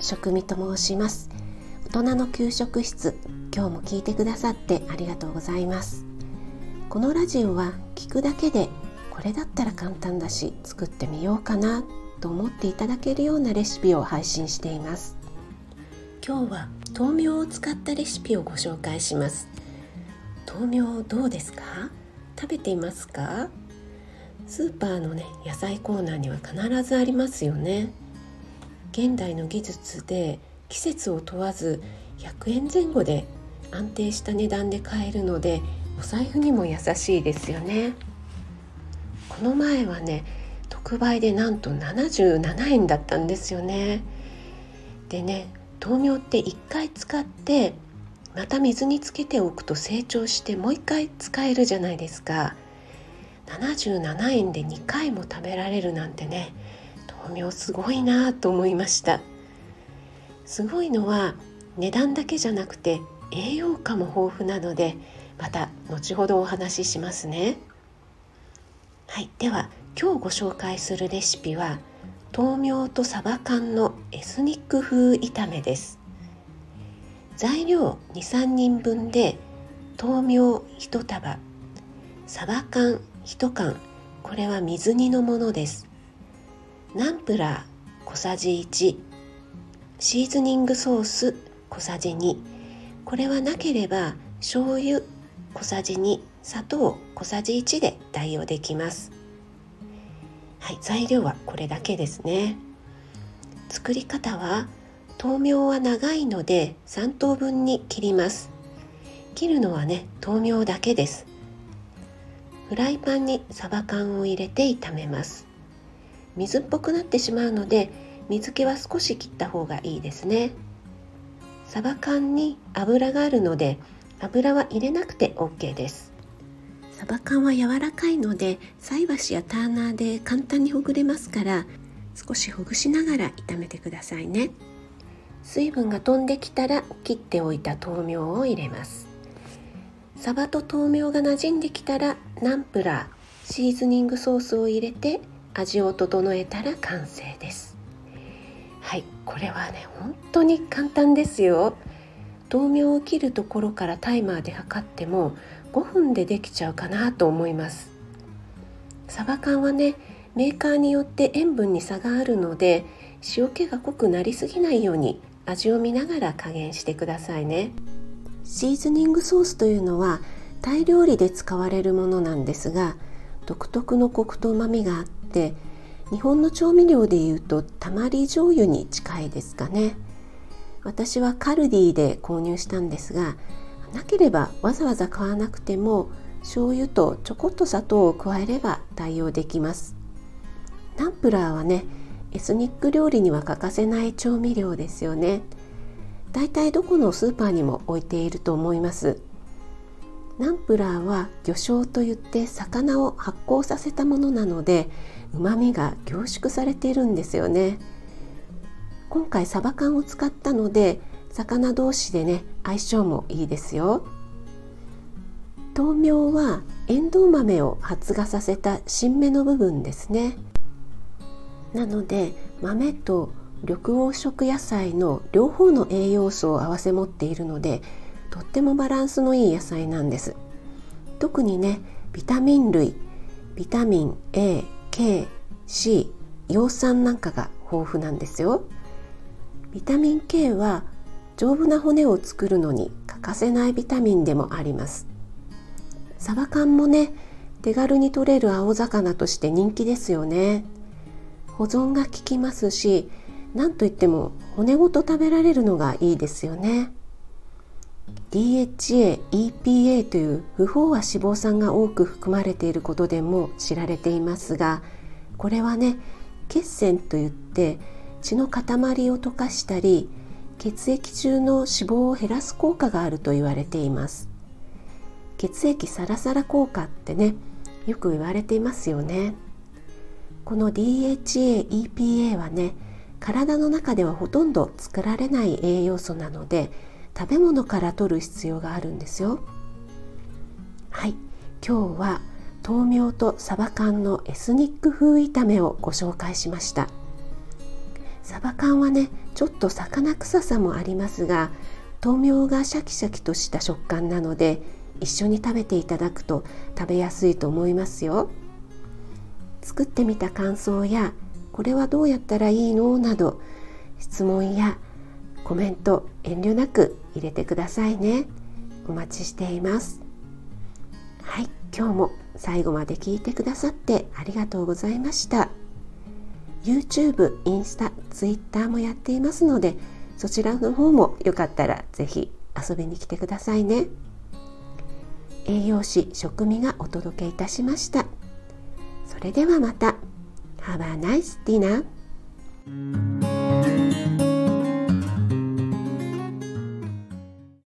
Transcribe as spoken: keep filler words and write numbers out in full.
食味と申します。大人の給食室、今日も聞いてくださってありがとうございます。このラジオは聞くだけでこれだったら簡単だし作ってみようかなと思っていただけるようなレシピを配信しています。今日は豆苗を使ったレシピをご紹介します。豆苗どうですか？食べていますか？スーパーのね野菜コーナーには必ずありますよね。現代の技術で季節を問わずひゃくえんぜん後で安定した値段で買えるので、お財布にも優しいですよね。この前はね特売でなんとななじゅうななえんだったんですよね。でね、豆苗っていっかい使ってまた水につけておくと成長してもういっかい使えるじゃないですか。ななじゅうななえんでにかいも食べられるなんてね、豆苗すごいなと思いました。すごいのは値段だけじゃなくて栄養価も豊富なので、また後ほどお話ししますね。はい、では今日ご紹介するレシピは豆苗とサバ缶のエスニック風炒めです。材料 にさんにんぶんで豆苗いちたば、サバ缶いちかん、これは水煮のものです。ナンプラー小さじいち、シーズニングソース小さじに、これはなければ醤油小さじに、砂糖小さじいちで代用できます。はい、材料はこれだけですね。作り方は豆苗は長いのでさんとうぶんに切ります。切るのはね豆苗だけです。フライパンにサバ缶を入れて炒めます。水っぽくなってしまうので水気は少し切った方がいいですね。サバ缶に油があるので油は入れなくて OK です。サバ缶は柔らかいので菜箸やターナーで簡単にほぐれますから、少しほぐしながら炒めてくださいね。水分が飛んできたら切っておいた豆苗を入れます。サバと豆苗が馴染んできたらナンプラー、シーズニングソースを入れて味を整えたら完成です。はい、これはね本当に簡単ですよ。豆苗を切るところからタイマーで測ってもごふんでできちゃうかなと思います。サバ缶はねメーカーによって塩分に差があるので、塩気が濃くなりすぎないように味を見ながら加減してくださいね。シーズニングソースというのはタイ料理で使われるものなんですが、独特のコクと旨味があって、日本の調味料でいうとたまり醤油に近いですかね。私はカルディで購入したんですが、なければわざわざ買わなくても醤油とちょこっと砂糖を加えれば代用できます。ナンプラーはねエスニック料理には欠かせない調味料ですよね。だいたいどこのスーパーにも置いていると思います。ナンプラーは魚醤といって魚を発酵させたものなので、旨味が凝縮されているんですよね。今回サバ缶を使ったので魚同士でね相性もいいですよ。豆苗はエンドウ豆を発芽させた新芽の部分ですね。なので豆と緑黄色野菜の両方の栄養素を併せ持っているので、とってもバランスのいい野菜なんです。特にねビタミン類、ビタミン エー、ケー、シー、葉酸なんかが豊富なんですよ。ビタミン ケー は丈夫な骨を作るのに欠かせないビタミンでもあります。サバ缶もね手軽に摂れる青魚として人気ですよね。保存が効きますし、なんといっても骨ごと食べられるのがいいですよね。 ディーエイチエー、イーピーエー という不飽和脂肪酸が多く含まれていることでも知られていますが、これはね血栓といって血の塊を溶かしたり血液中の脂肪を減らす効果があると言われています。血液サラサラ効果ってねよく言われていますよね。この ディーエイチエー、イーピーエー はね体の中ではほとんど作られない栄養素なので、食べ物から摂る必要があるんですよ。はい、今日は豆苗とサバ缶のエスニック風炒めをご紹介しました。 サバ缶はねちょっと魚臭さもありますが、豆苗がシャキシャキとした食感なので一緒に食べていただくと食べやすいと思いますよ。作ってみた感想やこれはどうやったらいいのなど質問やコメント遠慮なく入れてくださいね。お待ちしています。はい、今日も最後まで聞いてくださってありがとうございました。 YouTube、インスタ、Twitter もやっていますので、そちらの方もよかったらぜひ遊びに来てくださいね。栄養士食味がお届けいたしました。それではまた。Have a nice dinner.